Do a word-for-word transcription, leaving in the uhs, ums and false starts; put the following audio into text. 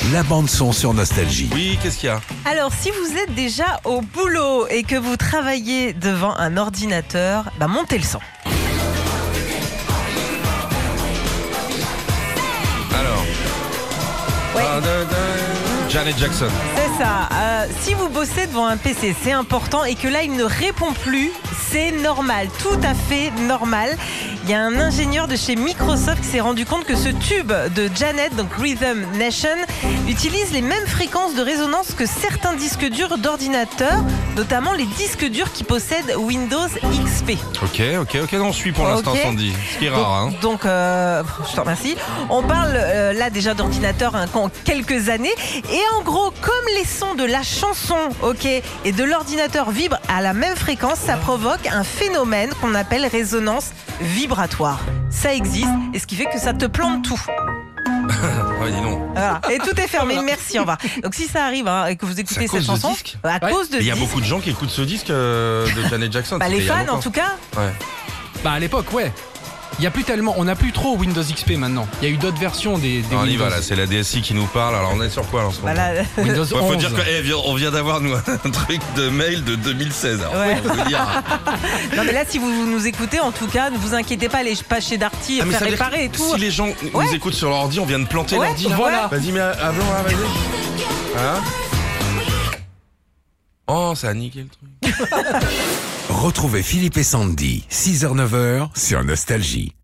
la bande-son sur Nostalgie. Oui, qu'est-ce qu'il y a? Alors, si vous êtes déjà au boulot et que vous travaillez devant un ordinateur, bah montez le son. Alors. Ouais. Ah, da, da. Janet Jackson. C'est ça. Euh, si vous bossez devant un P C, c'est important et que là, il ne répond plus, c'est normal, tout à fait normal. Il y a un ingénieur de chez Microsoft qui s'est rendu compte que ce tube de Janet, donc Rhythm Nation, utilise les mêmes fréquences de résonance que certains disques durs d'ordinateur, notamment les disques durs qui possèdent Windows X P. Ok, ok, ok, non, on suit pour l'instant, Ok. Sandy. Ce qui est rare, hein. Donc, donc euh, je te remercie. On parle euh, là déjà d'ordinateur hein, en quelques années. Et en gros, comme les sons de la chanson, ok, et de l'ordinateur vibrent à la même fréquence, ça provoque un phénomène qu'on appelle résonance vibratoire. Ça existe, et ce qui fait que ça te plante tout. Ouais, dis non. Voilà. Et tout est fermé. Merci, au revoir. Donc si ça arrive hein, et que vous C'est écoutez à cause cette de chanson, disque à Ouais. cause de Il y a disque, beaucoup de gens qui écoutent ce disque euh, de Janet Jackson. bah, les c'était il y a fans en longtemps. tout cas. Ouais. Bah à l'époque, ouais. Il y a plus tellement, on n'a plus trop Windows X P maintenant. Il y a eu d'autres versions des, des Non, on y Windows. va là, c'est la D S I qui nous parle. Alors on est sur quoi là, en ce moment? Voilà. Windows Ouais, faut onze. dire qu'on vient d'avoir nous un truc de mail de deux mille seize. Alors, Ouais. faut dire. Non mais là si vous nous écoutez en tout cas ne vous inquiétez pas, allez pas chez Darty Ah, mais faire ça veut dire réparer et que tout. Si les gens Ouais. nous écoutent sur leur ordi, on vient de planter Ouais, l'ordi là. voilà. Vas-y, mais avant là, vas-y. Voilà. Oh, ça a niqué le truc. Retrouvez Philippe et Sandy, six heures neuf heures sur Nostalgie.